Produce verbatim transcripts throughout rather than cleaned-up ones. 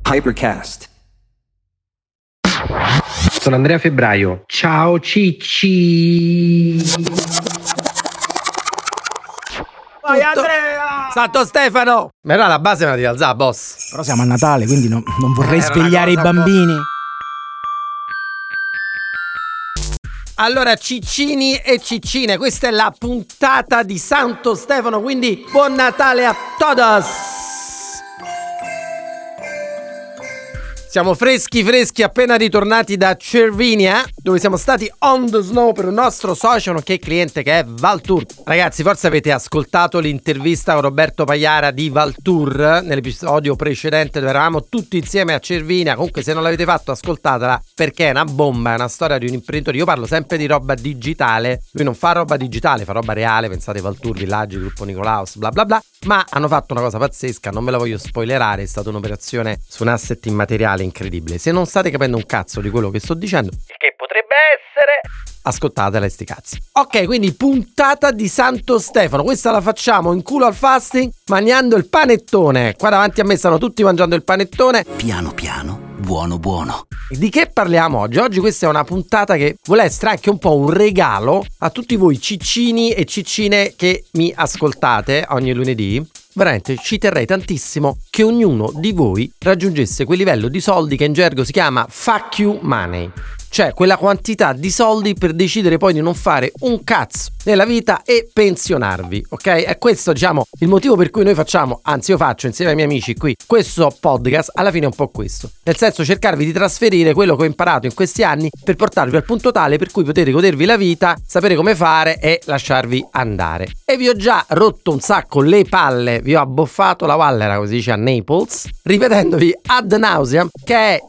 Hypercast. Sono Andrea Febbraio. Ciao Cicci. Vai Andrea! Santo Stefano! Ma era la base me la devi alzare, boss. Però siamo a Natale, quindi no, non vorrei Era svegliare i una cosa bambini. Allora, ciccini e ciccine, questa è la puntata di Santo Stefano, quindi buon Natale a todos! Siamo freschi freschi appena ritornati da Cervinia, dove siamo stati on the snow per un nostro socio nonché cliente che è Valtour. Ragazzi, forse avete ascoltato l'intervista con Roberto Pagliara di Valtour nell'episodio precedente dove eravamo tutti insieme a Cervinia. Comunque se non l'avete fatto ascoltatela, perché è una bomba, è una storia di un imprenditore. Io parlo sempre di roba digitale, lui non fa roba digitale, fa roba reale. Pensate Valtour, Villaggi, Gruppo Nicolaus, bla bla bla. Ma hanno fatto una cosa pazzesca, non ve la voglio spoilerare, è stata un'operazione su un asset immateriale incredibile. Se non state capendo un cazzo di quello che sto dicendo, il che potrebbe essere, ascoltatela e sti cazzi. Ok, quindi puntata di Santo Stefano. Questa la facciamo in culo al fasting, mangiando il panettone. Qua davanti a me stanno tutti mangiando il panettone. Piano piano, buono buono. Di che parliamo oggi? Oggi questa è una puntata che vuole essere anche un po' un regalo a tutti voi ciccini e ciccine che mi ascoltate ogni lunedì. Veramente ci terrei tantissimo che ognuno di voi raggiungesse quel livello di soldi che in gergo si chiama fuck you money. Cioè quella quantità di soldi per decidere poi di non fare un cazzo nella vita e pensionarvi, ok? E questo, diciamo, il motivo per cui noi facciamo, anzi io faccio insieme ai miei amici qui questo podcast, alla fine è un po' questo. Nel senso, cercarvi di trasferire quello che ho imparato in questi anni per portarvi al punto tale per cui potete godervi la vita, sapere come fare e lasciarvi andare. E vi ho già rotto un sacco le palle, vi ho abboffato la vallera, così dice a Naples, ripetendovi ad nauseam che è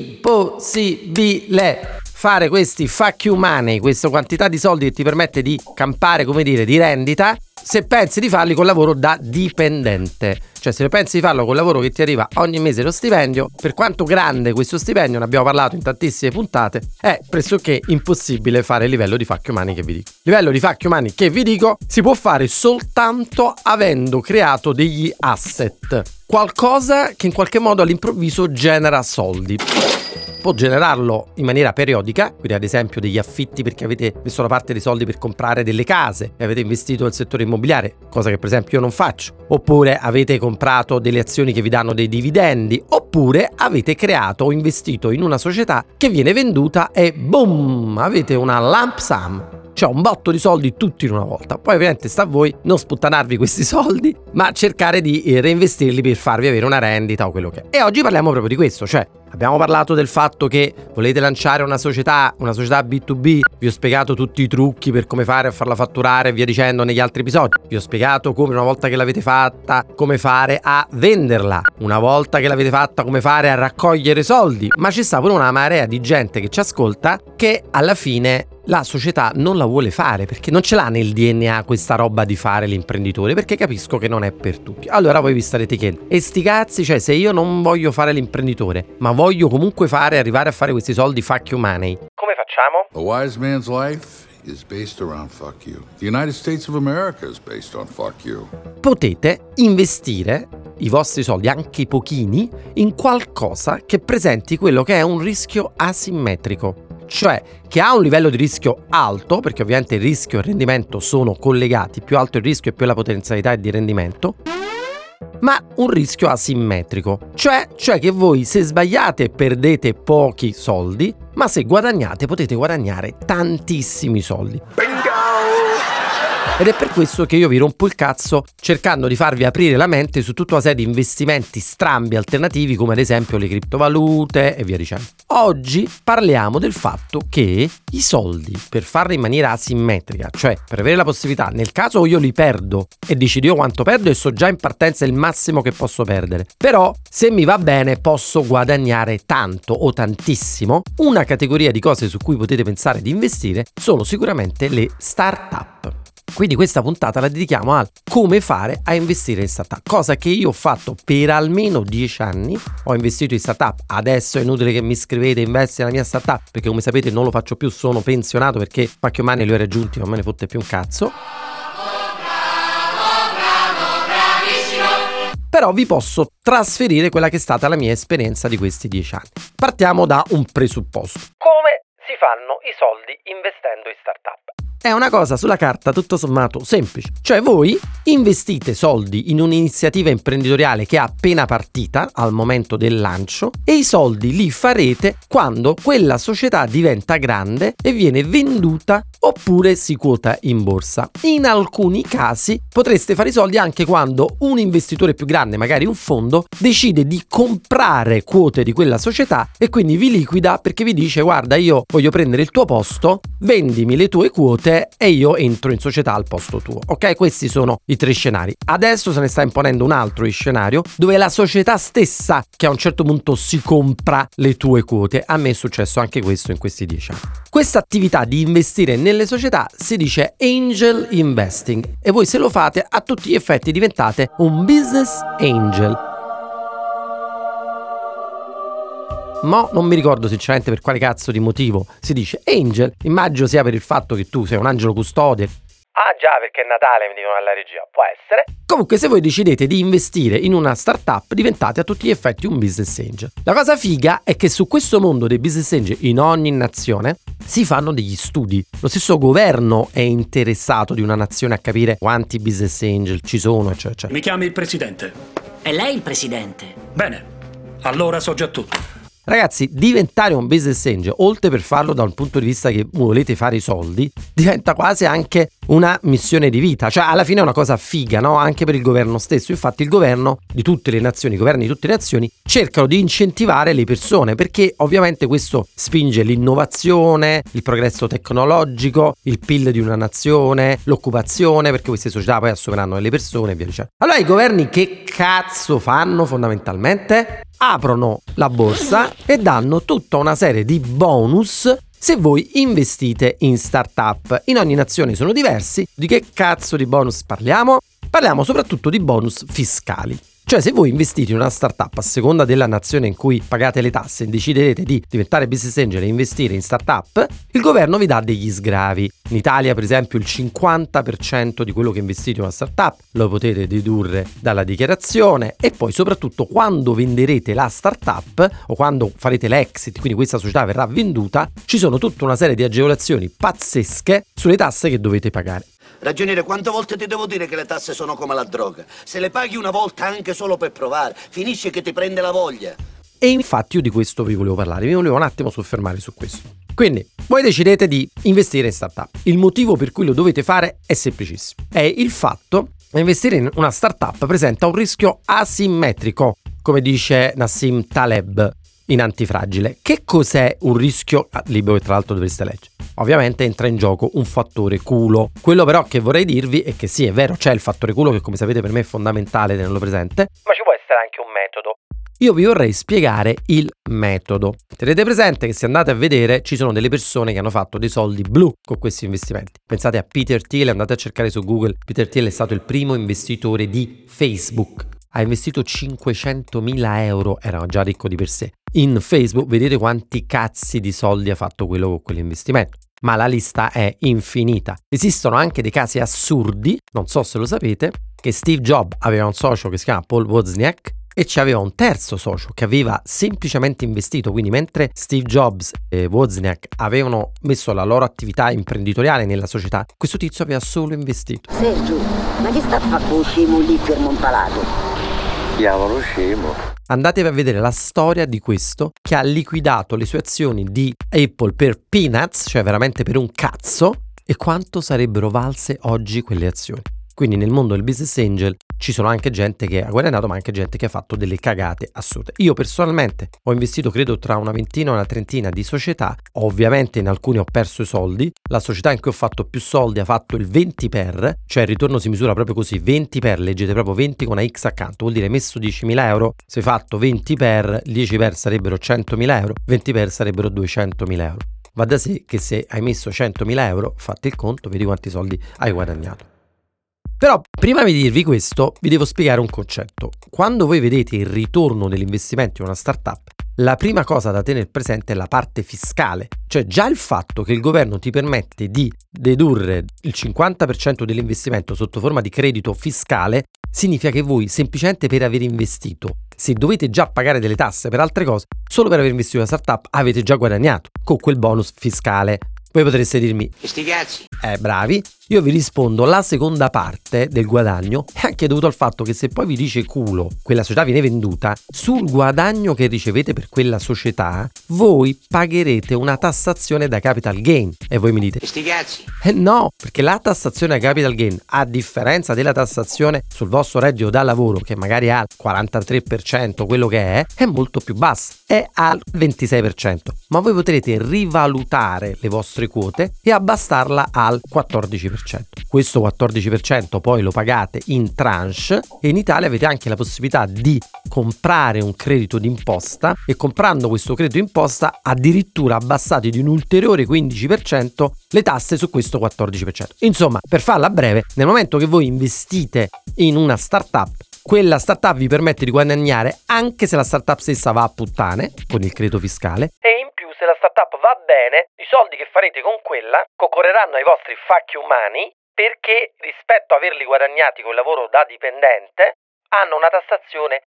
impossibile fare questi fuck you money, questa quantità di soldi che ti permette di campare, come dire, di rendita, se pensi di farli col lavoro da dipendente. Cioè se pensi di farlo col lavoro che ti arriva ogni mese lo stipendio, per quanto grande questo stipendio, ne abbiamo parlato in tantissime puntate, è pressoché impossibile fare il livello di fuck you money che vi dico. Il livello di fuck you money che vi dico si può fare soltanto avendo creato degli asset, qualcosa che in qualche modo all'improvviso genera soldi. Può generarlo in maniera periodica, quindi ad esempio degli affitti perché avete messo da parte dei soldi per comprare delle case e avete investito nel settore immobiliare, cosa che per esempio io non faccio, oppure avete comprato delle azioni che vi danno dei dividendi, oppure avete creato o investito in una società che viene venduta e boom, avete una lump sum. Cioè un botto di soldi tutti in una volta. Poi ovviamente sta a voi non sputtanarvi questi soldi, ma cercare di reinvestirli per farvi avere una rendita o quello che è. E oggi parliamo proprio di questo, cioè abbiamo parlato del fatto che volete lanciare una società, una società B due B, vi ho spiegato tutti i trucchi per come fare a farla fatturare e via dicendo negli altri episodi. Vi ho spiegato come una volta che l'avete fatta, come fare a venderla, una volta che l'avete fatta, come fare a raccogliere soldi, ma ci sta pure una marea di gente che ci ascolta che alla fine la società non la vuole fare perché non ce l'ha nel D N A questa roba di fare l'imprenditore, perché capisco che non è per tutti. Allora voi vi starete chiedendo, e sti cazzi, cioè se io non voglio fare l'imprenditore ma voglio comunque fare, arrivare a fare questi soldi fuck you money, come facciamo? A wise man's life is based around fuck you. The United States of America is based on fuck you. Potete investire i vostri soldi, anche pochini, in qualcosa che presenti quello che è un rischio asimmetrico. Cioè che ha un livello di rischio alto, perché ovviamente il rischio e il rendimento sono collegati, più alto il rischio e più la potenzialità di rendimento, ma un rischio asimmetrico, cioè, cioè che voi se sbagliate perdete pochi soldi, ma se guadagnate potete guadagnare tantissimi soldi. Ed è per questo che io vi rompo il cazzo cercando di farvi aprire la mente su tutta una serie di investimenti strambi alternativi, come ad esempio le criptovalute e via dicendo. Oggi parliamo del fatto che i soldi, per farli in maniera asimmetrica, cioè per avere la possibilità, nel caso io li perdo e decido io quanto perdo e so già in partenza il massimo che posso perdere, però se mi va bene posso guadagnare tanto o tantissimo, una categoria di cose su cui potete pensare di investire sono sicuramente le start-up. Quindi questa puntata la dedichiamo al come fare a investire in startup, cosa che io ho fatto per almeno dieci anni. Ho investito in startup, adesso è inutile che mi scrivete investi nella mia startup, perché come sapete non lo faccio più, sono pensionato perché qualche anni li ho raggiunti, non me ne fotte più un cazzo. però vi posso trasferire quella che è stata la mia esperienza di questi dieci anni. Partiamo da un presupposto. Come si fanno i soldi investendo in startup? È una cosa sulla carta tutto sommato semplice, cioè voi investite soldi in un'iniziativa imprenditoriale che è appena partita al momento del lancio e i soldi li farete quando quella società diventa grande e viene venduta oppure si quota in borsa. In alcuni casi potreste fare i soldi anche quando un investitore più grande, magari un fondo, decide di comprare quote di quella società e quindi vi liquida perché vi dice: guarda, io voglio prendere il tuo posto, vendimi le tue quote e io entro in società al posto tuo. Ok, questi sono i tre scenari. Adesso se ne sta imponendo un altro scenario dove è la società stessa che a un certo punto si compra le tue quote. A me è successo anche questo in questi dieci anni. Questa attività di investire nelle società si dice angel investing e voi, se lo fate, a tutti gli effetti diventate un business angel. Ma non mi ricordo sinceramente per quale cazzo di motivo si dice angel, immagino sia per il fatto che tu sei un angelo custode. Ah già, perché è Natale, mi dicono alla regia, può essere. Comunque, se voi decidete di investire in una startup, diventate a tutti gli effetti un business angel. La cosa figa è che su questo mondo dei business angel in ogni nazione si fanno degli studi. Lo stesso governo è interessato di una nazione a capire quanti business angel ci sono, eccetera, eccetera. Mi chiami il presidente. È lei il presidente? Bene, allora so già tutto. Ragazzi, diventare un business angel, oltre per farlo da un punto di vista che volete fare i soldi, diventa quasi anche una missione di vita. Cioè, alla fine è una cosa figa, no? Anche per il governo stesso. Infatti il governo di tutte le nazioni, i governi di tutte le nazioni cercano di incentivare le persone, perché ovviamente questo spinge l'innovazione, il progresso tecnologico, il P I L di una nazione, l'occupazione, perché queste società poi assumeranno delle persone e via dicendo. Allora i governi che cazzo fanno fondamentalmente? Aprono la borsa e danno tutta una serie di bonus se voi investite in startup. In ogni nazione sono diversi. Di che cazzo di bonus parliamo? Parliamo soprattutto di bonus fiscali. Cioè, se voi investite in una startup a seconda della nazione in cui pagate le tasse e decidete di diventare business angel e investire in startup, il governo vi dà degli sgravi. In Italia, per esempio, il cinquanta per cento di quello che investite in una startup lo potete dedurre dalla dichiarazione, e poi soprattutto quando venderete la startup o quando farete l'exit, quindi questa società verrà venduta, ci sono tutta una serie di agevolazioni pazzesche sulle tasse che dovete pagare. Ragioniere, quante volte ti devo dire che le tasse sono come la droga? Se le paghi una volta anche solo per provare, finisce che ti prende la voglia. E infatti io di questo vi volevo parlare, vi volevo un attimo soffermare su questo. Quindi, voi decidete di investire in startup. Il motivo per cui lo dovete fare è semplicissimo. È il fatto che investire in una startup presenta un rischio asimmetrico, come dice Nassim Taleb in Antifragile. Che cos'è un rischio libero, che tra l'altro dovreste leggere? Ovviamente entra in gioco un fattore culo. Quello però che vorrei dirvi è che sì, è vero, c'è il fattore culo che, come sapete, per me è fondamentale tenerlo presente, ma ci può essere anche un metodo. Io vi vorrei spiegare il metodo. Tenete presente che se andate a vedere ci sono delle persone che hanno fatto dei soldi blu con questi investimenti. Pensate a Peter Thiel, andate a cercare su Google. Peter Thiel è stato il primo investitore di Facebook. Ha investito cinquecentomila euro, era già ricco di per sé, in Facebook. Vedete quanti cazzi di soldi ha fatto quello con quell'investimento. Ma la lista è infinita. Esistono anche dei casi assurdi, non so se lo sapete, che Steve Jobs aveva un socio che si chiama Paul Wozniak e ci aveva un terzo socio che aveva semplicemente investito. Quindi mentre Steve Jobs e Wozniak avevano messo la loro attività imprenditoriale nella società, questo tizio aveva solo investito. Sergio, ma che sta a fare con scemo lì fermo impalato? Diavolo scemo. Andatevi a vedere la storia di questo che ha liquidato le sue azioni di Apple per peanuts, cioè veramente per un cazzo, e quanto sarebbero valse oggi quelle azioni. Quindi nel mondo del business angel ci sono anche gente che ha guadagnato, ma anche gente che ha fatto delle cagate assurde. Io personalmente ho investito credo tra una ventina o una trentina di società, ovviamente in alcune ho perso i soldi. La società in cui ho fatto più soldi ha fatto il venti per, cioè il ritorno si misura proprio così, venti per, leggete proprio venti con una X accanto, vuol dire hai messo diecimila euro, se hai fatto venti per, dieci per sarebbero centomila euro, venti per sarebbero duecentomila euro. Va da sé che se hai messo centomila euro, fate il conto, vedi quanti soldi hai guadagnato. Però prima di dirvi questo vi devo spiegare un concetto. Quando voi vedete il ritorno dell'investimento in una startup, la prima cosa da tenere presente è la parte fiscale. Cioè già il fatto che il governo ti permette di dedurre il cinquanta per cento dell'investimento sotto forma di credito fiscale significa che voi semplicemente per aver investito, se dovete già pagare delle tasse per altre cose, solo per aver investito in una startup avete già guadagnato con quel bonus fiscale. Voi potreste dirmi, sti cazzi. Eh, bravi. Io vi rispondo, la seconda parte del guadagno è anche dovuto al fatto che se poi vi dice culo, quella società viene venduta, sul guadagno che ricevete per quella società, voi pagherete una tassazione da capital gain. E voi mi dite, Sti cazzi. eh no, perché la tassazione da capital gain, a differenza della tassazione sul vostro reddito da lavoro, che magari ha il quarantatré per cento, quello che è, è molto più bassa, è al ventisei per cento. Ma voi potrete rivalutare le vostre quote e abbassarla al quattordici per cento. Questo quattordici per cento poi lo pagate in tranche e in Italia avete anche la possibilità di comprare un credito d'imposta e comprando questo credito d'imposta addirittura abbassate di un ulteriore quindici per cento le tasse su questo quattordici per cento. Insomma, per farla breve, nel momento che voi investite in una startup, quella startup vi permette di guadagnare anche se la startup stessa va a puttane con il credito fiscale, e in più se la startup va bene, i soldi che farete con quella concorreranno ai vostri facchi umani, perché rispetto a averli guadagnati col lavoro da dipendente hanno una tassazione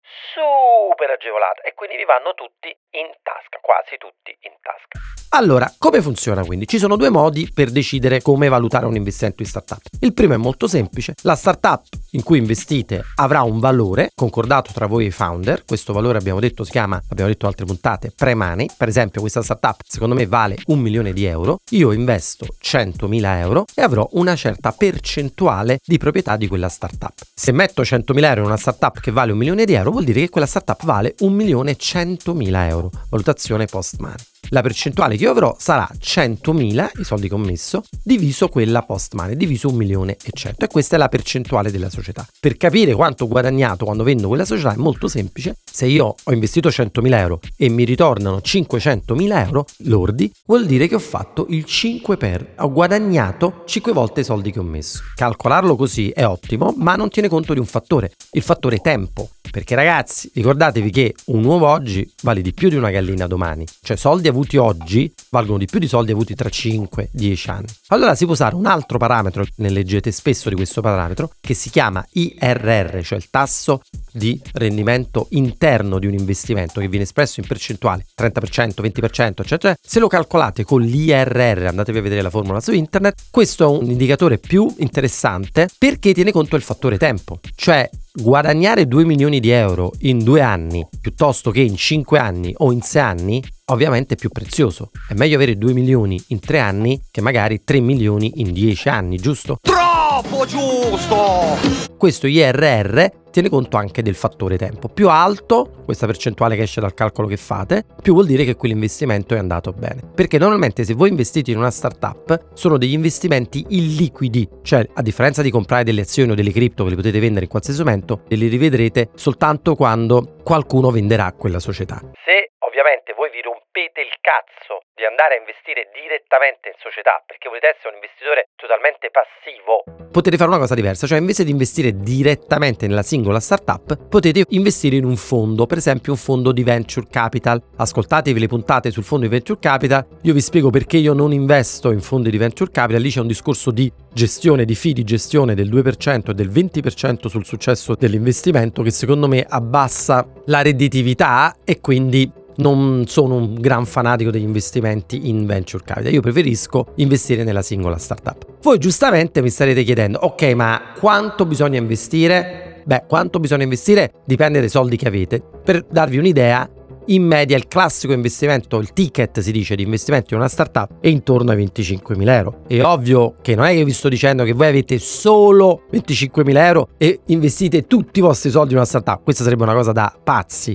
super agevolata e quindi vi vanno tutti in tasca, quasi tutti in tasca. Allora, come funziona quindi? Ci sono due modi per decidere come valutare un investimento in startup. Il primo è molto semplice: la startup in cui investite avrà un valore concordato tra voi e i founder. Questo valore, abbiamo detto, si chiama, abbiamo detto in altre puntate, pre-money. Per esempio, questa startup secondo me vale un milione di euro, io investo centomila euro e avrò una certa percentuale di proprietà di quella startup. Se metto centomila euro in una startup che vale un milione di euro, vuol dire che quella startup vale un milione e centomila euro, valutazione post-money. La percentuale che io avrò sarà centomila, i soldi che ho messo, diviso quella post-money, diviso un milione e cento. E questa è la percentuale della società. Per capire quanto ho guadagnato quando vendo quella società è molto semplice. Se io ho investito centomila euro e mi ritornano cinquecentomila euro lordi, vuol dire che ho fatto il cinque per, ho guadagnato cinque volte i soldi che ho messo. Calcolarlo così è ottimo, ma non tiene conto di un fattore, il fattore tempo. Perché ragazzi, ricordatevi che un uovo oggi vale di più di una gallina domani. Cioè soldi avuti oggi valgono di più di soldi avuti tra cinque dieci anni. Allora si può usare un altro parametro, ne leggete spesso di questo parametro, che si chiama I R R, cioè il tasso di rendimento interno di un investimento, che viene espresso in percentuale, trenta per cento, venti per cento, eccetera. Se lo calcolate con l'I R R, andatevi a vedere la formula su internet, questo è un indicatore più interessante perché tiene conto del fattore tempo. Cioè guadagnare due milioni di euro in due anni piuttosto che in cinque anni o in sei anni ovviamente è più prezioso. È meglio avere due milioni in tre anni che magari tre milioni in dieci anni, giusto? Troppo giusto! Questo I R R tiene conto anche del fattore tempo. Più alto, questa percentuale che esce dal calcolo che fate, più vuol dire che quell'investimento è andato bene. Perché normalmente se voi investite in una startup sono degli investimenti illiquidi, cioè a differenza di comprare delle azioni o delle cripto che le potete vendere in qualsiasi momento, le rivedrete soltanto quando qualcuno venderà quella società. Se ovviamente voi vi rompete il cazzo di andare a investire direttamente in società perché volete essere un investitore totalmente passivo, potete fare una cosa diversa, cioè invece di investire direttamente nella singola startup potete investire in un fondo, per esempio un fondo di venture capital. Ascoltatevi le puntate sul fondo di venture capital, io vi spiego perché io non investo in fondi di venture capital. Lì c'è un discorso di gestione, di fee di gestione del due per cento e del venti per cento sul successo dell'investimento, che secondo me abbassa la redditività, e quindi non sono un gran fanatico degli investimenti in venture capital. Io preferisco investire nella singola startup. Voi giustamente mi starete chiedendo: ok, ma quanto bisogna investire? Beh, quanto bisogna investire dipende dai soldi che avete. Per darvi un'idea, in media il classico investimento, il ticket si dice di investimento in una startup, è intorno ai venticinquemila euro. È ovvio che non è che vi sto dicendo che voi avete solo venticinquemila euro e investite tutti i vostri soldi in una startup. Questa sarebbe una cosa da pazzi.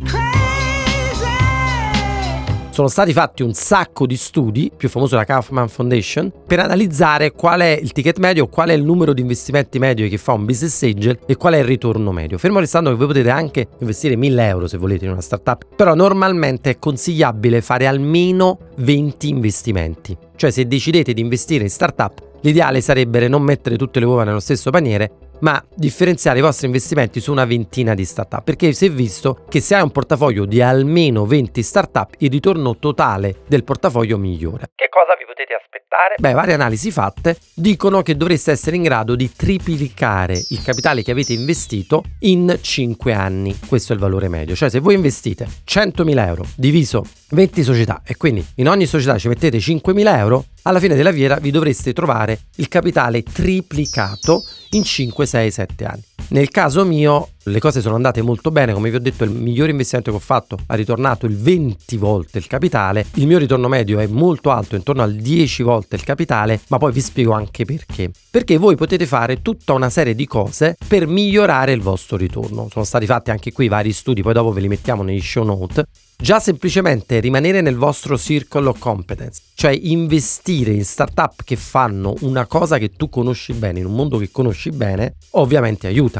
Sono stati fatti un sacco di studi, più famoso la Kaufman Foundation, per analizzare qual è il ticket medio, qual è il numero di investimenti medio che fa un business angel e qual è il ritorno medio. Fermo restando che voi potete anche investire mille euro se volete in una startup, però normalmente è consigliabile fare almeno venti investimenti. Cioè se decidete di investire in startup, l'ideale sarebbe non mettere tutte le uova nello stesso paniere, ma differenziare i vostri investimenti su una ventina di startup, perché si è visto che se hai un portafoglio di almeno venti startup il ritorno totale del portafoglio migliora. Che cosa vi potete aspettare? Beh, varie analisi fatte dicono che dovreste essere in grado di triplicare il capitale che avete investito in cinque anni. Questo è il valore medio, cioè se voi investite centomila euro diviso venti società e quindi in ogni società ci mettete cinquemila euro, alla fine della fiera vi dovreste trovare il capitale triplicato in cinque, sei, sette anni. Nel caso mio le cose sono andate molto bene, come vi ho detto il migliore investimento che ho fatto ha ritornato il venti volte il capitale, il mio ritorno medio è molto alto, intorno al dieci volte il capitale, ma poi vi spiego anche perché. Perché voi potete fare tutta una serie di cose per migliorare il vostro ritorno. Sono stati fatti anche qui vari studi, poi dopo ve li mettiamo negli show note. Già semplicemente rimanere nel vostro circle of competence, cioè investire in startup che fanno una cosa che tu conosci bene, in un mondo che conosci bene, ovviamente aiuta.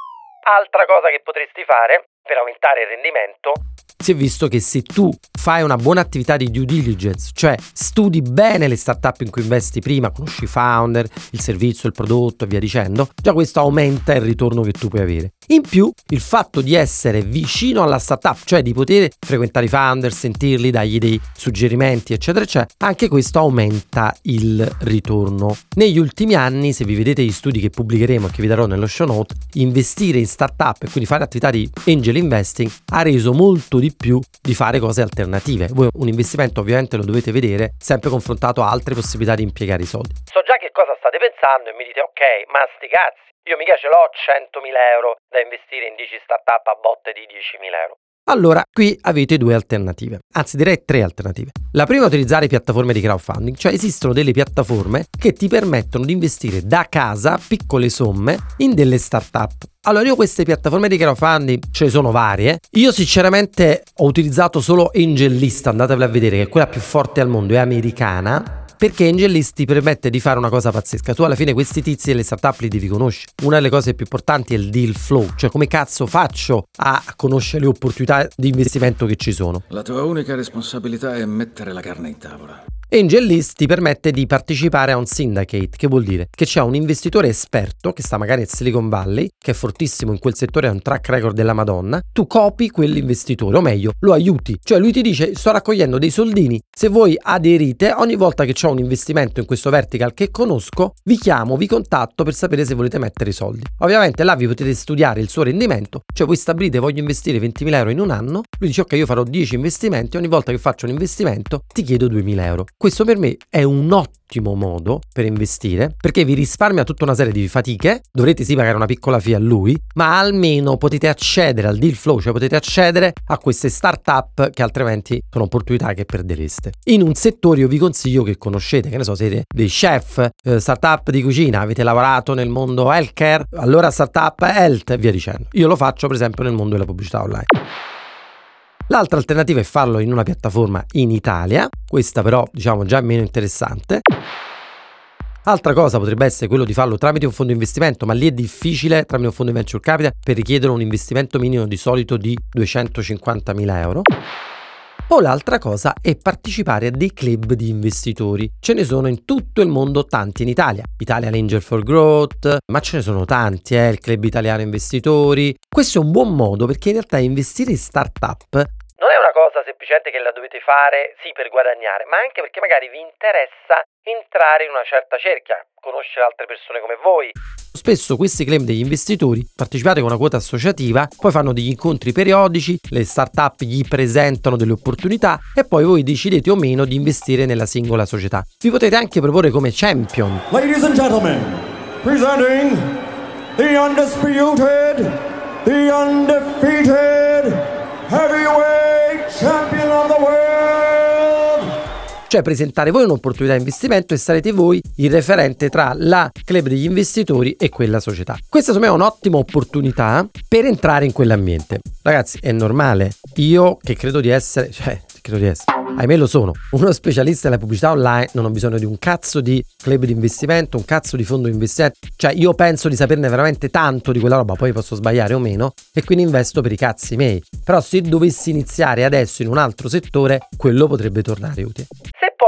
Altra cosa che potresti fare per aumentare il rendimento, si è visto che se tu fai una buona attività di due diligence, cioè studi bene le startup in cui investi prima, conosci i founder, il servizio, il prodotto e via dicendo, già questo aumenta il ritorno che tu puoi avere. In più, il fatto di essere vicino alla startup, cioè di poter frequentare i founder, sentirli, dargli dei suggerimenti, eccetera, eccetera, anche questo aumenta il ritorno. Negli ultimi anni, se vi vedete gli studi che pubblicheremo e che vi darò nello show note, investire in startup e quindi fare attività di angel investing ha reso molto di più di fare cose alternative. Voi un investimento ovviamente lo dovete vedere sempre confrontato a altre possibilità di impiegare i soldi. So già che cosa state pensando e mi dite ok, ma sti cazzi, io mica ce l'ho centomila euro da investire in dieci startup a botte di diecimila euro. Allora, qui avete due alternative, anzi direi tre alternative. La prima è utilizzare piattaforme di crowdfunding, cioè esistono delle piattaforme che ti permettono di investire da casa piccole somme in delle startup. Allora, io queste piattaforme di crowdfunding ce ne sono varie. Io sinceramente ho utilizzato solo AngelList, andatevela a vedere, che è quella più forte al mondo, è americana. Perché AngelList ti permette di fare una cosa pazzesca. Tu alla fine questi tizi e le startup li devi conoscere. Una delle cose più importanti è il deal flow, cioè come cazzo faccio a conoscere le opportunità di investimento che ci sono. La tua unica responsabilità è mettere la carne in tavola. AngelList ti permette di partecipare a un syndicate, che vuol dire che c'è un investitore esperto che sta magari nel Silicon Valley, che è fortissimo in quel settore, ha un track record della Madonna, tu copi quell'investitore, o meglio, lo aiuti, cioè lui ti dice sto raccogliendo dei soldini, se voi aderite, ogni volta che c'ho un investimento in questo vertical che conosco, vi chiamo, vi contatto per sapere se volete mettere i soldi. Ovviamente là vi potete studiare il suo rendimento, cioè voi stabilite voglio investire ventimila euro in un anno, lui dice ok io farò dieci investimenti, ogni volta che faccio un investimento ti chiedo duemila euro. Questo per me è un ottimo modo per investire perché vi risparmia tutta una serie di fatiche, dovrete sì pagare una piccola fee a lui, ma almeno potete accedere al deal flow, cioè potete accedere a queste startup che altrimenti sono opportunità che perdereste. In un settore io vi consiglio che conoscete, che ne so, siete dei chef, eh, startup di cucina, avete lavorato nel mondo healthcare, allora startup health e via dicendo. Io lo faccio per esempio nel mondo della pubblicità online. L'altra alternativa è farlo in una piattaforma in Italia, questa però diciamo già è meno interessante. Altra cosa potrebbe essere quello di farlo tramite un fondo investimento, ma lì è difficile tramite un fondo venture capital per richiedere un investimento minimo di solito di duecentocinquantamila euro. O l'altra cosa è partecipare a dei club di investitori. Ce ne sono in tutto il mondo tanti in Italia. Italian Angel for Growth, ma ce ne sono tanti, eh? Il Club Italiano Investitori. Questo è un buon modo perché in realtà investire in startup non è una cosa semplicemente che la dovete fare, sì, per guadagnare, ma anche perché magari vi interessa entrare in una certa cerchia, conoscere altre persone come voi. Spesso questi club degli investitori, partecipate con una quota associativa, poi fanno degli incontri periodici, le startup gli presentano delle opportunità e poi voi decidete o meno di investire nella singola società. Vi potete anche proporre come champion. Ladies and gentlemen, presenting the undisputed, the undefeated heavyweight champion of the world. Cioè presentare voi un'opportunità di investimento e sarete voi il referente tra la club degli investitori e quella società. Questa secondo me è un'ottima opportunità per entrare in quell'ambiente. Ragazzi, è normale. Io che credo di essere, cioè credo di essere, ahimè lo sono, uno specialista della pubblicità online, non ho bisogno di un cazzo di club di investimento, un cazzo di fondo di investimento. Cioè io penso di saperne veramente tanto di quella roba, poi posso sbagliare o meno, e quindi investo per i cazzi miei. Però se dovessi iniziare adesso in un altro settore, quello potrebbe tornare utile. Se poi voi mi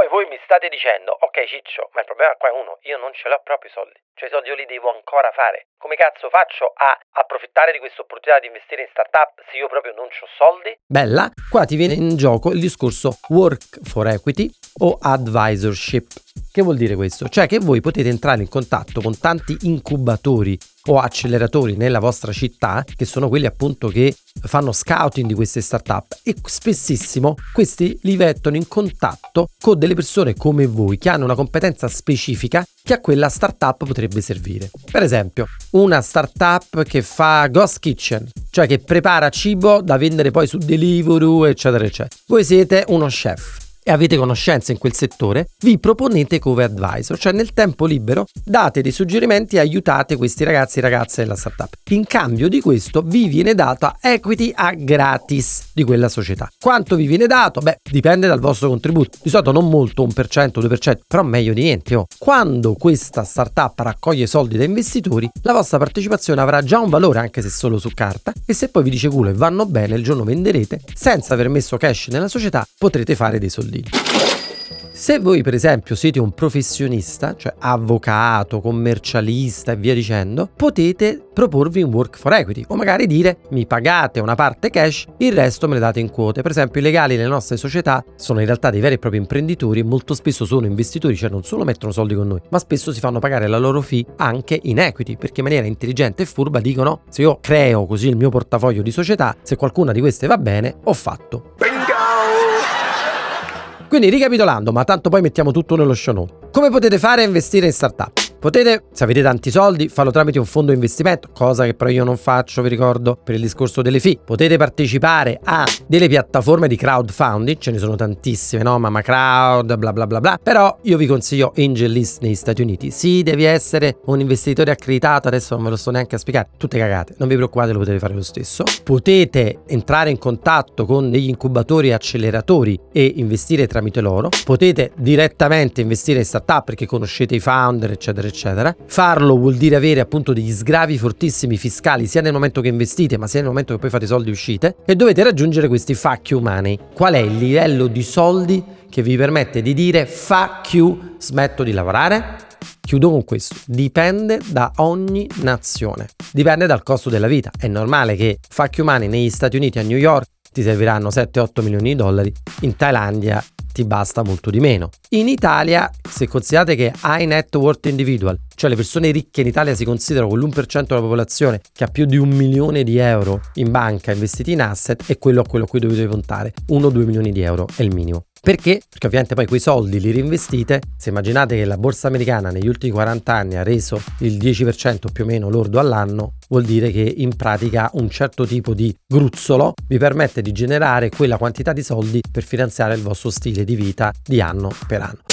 state dicendo, ok Ciccio, ma il problema qua è uno, io non ce l'ho proprio i soldi, cioè i soldi io li devo ancora fare, come cazzo faccio a approfittare di questa opportunità di investire in startup se io proprio non c'ho soldi? Bella, qua ti viene in gioco il discorso work for equity o advisorship. Che vuol dire questo? Cioè che voi potete entrare in contatto con tanti incubatori o acceleratori nella vostra città, che sono quelli appunto che fanno scouting di queste startup, e spessissimo questi li mettono in contatto con delle persone come voi che hanno una competenza specifica che a quella startup potrebbe servire. Per esempio, una startup che fa ghost kitchen, cioè che prepara cibo da vendere poi su Deliveroo, eccetera eccetera. Voi siete uno chef e avete conoscenze in quel settore, vi proponete come advisor, cioè nel tempo libero date dei suggerimenti e aiutate questi ragazzi e ragazze della startup. In cambio di questo vi viene data equity a gratis di quella società. Quanto vi viene dato? Beh, dipende dal vostro contributo. Di solito non molto, un per cento, due per cento, però meglio di niente. Oh. Quando questa startup raccoglie soldi da investitori, la vostra partecipazione avrà già un valore, anche se solo su carta, e se poi vi dice culo e vanno bene, il giorno venderete, senza aver messo cash nella società, potrete fare dei soldi. Se voi per esempio siete un professionista, cioè avvocato, commercialista e via dicendo, potete proporvi un work for equity o magari dire mi pagate una parte cash, il resto me le date in quote. Per esempio i legali nelle nostre società sono in realtà dei veri e propri imprenditori e molto spesso sono investitori, cioè non solo mettono soldi con noi, ma spesso si fanno pagare la loro fee anche in equity, perché in maniera intelligente e furba dicono se io creo così il mio portafoglio di società, se qualcuna di queste va bene, ho fatto. Quindi ricapitolando, ma tanto poi mettiamo tutto nello show note. Come potete fare a investire in startup? Potete, se avete tanti soldi, farlo tramite un fondo investimento, cosa che però io non faccio, vi ricordo, per il discorso delle fee. Potete partecipare a delle piattaforme di crowdfunding, ce ne sono tantissime, no? Mama Crowd, bla bla bla bla. Però io vi consiglio AngelList negli Stati Uniti. Sì, devi essere un investitore accreditato, adesso non ve lo sto neanche a spiegare. Tutte cagate, non vi preoccupate, lo potete fare lo stesso. Potete entrare in contatto con degli incubatori e acceleratori e investire tramite loro. Potete direttamente investire in startup perché conoscete i founder, eccetera eccetera. Farlo vuol dire avere appunto degli sgravi fortissimi fiscali sia nel momento che investite ma sia nel momento che poi fate i soldi e uscite, e dovete raggiungere questi fuck you money. Qual è il livello di soldi che vi permette di dire fuck you, smetto di lavorare? Chiudo con questo: dipende da ogni nazione, dipende dal costo della vita. È normale che fuck you money negli Stati Uniti, a New York, ti serviranno sette otto milioni di dollari, in Thailandia ti basta molto di meno. In Italia, se considerate che high net worth individual, cioè le persone ricche in Italia si considerano quell'uno per cento della popolazione che ha più di un milione di euro in banca investiti in asset, è quello a quello a cui dovete puntare. uno due milioni di euro è il minimo. Perché? Perché ovviamente poi quei soldi li reinvestite. Se immaginate che la borsa americana negli ultimi quaranta anni ha reso il dieci per cento più o meno lordo all'anno, vuol dire che in pratica un certo tipo di gruzzolo vi permette di generare quella quantità di soldi per finanziare il vostro stile di vita di anno per anno.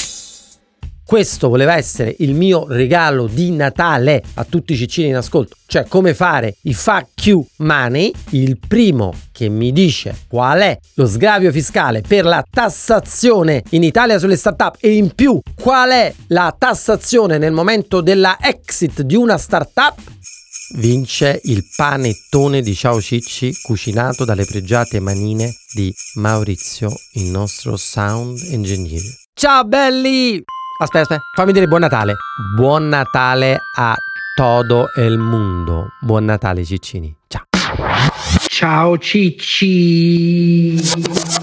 Questo voleva essere il mio regalo di Natale a tutti i ciccini in ascolto, cioè come fare i fuck you money. Il primo che mi dice qual è lo sgravio fiscale per la tassazione in Italia sulle startup e in più qual è la tassazione nel momento della exit di una startup, vince il panettone di Ciao Cicci cucinato dalle pregiate manine di Maurizio, il nostro sound engineer. Ciao belli! Aspetta, aspetta, fammi dire buon Natale. Buon Natale a todo il mondo. Buon Natale ciccini. Ciao. Ciao Cicci.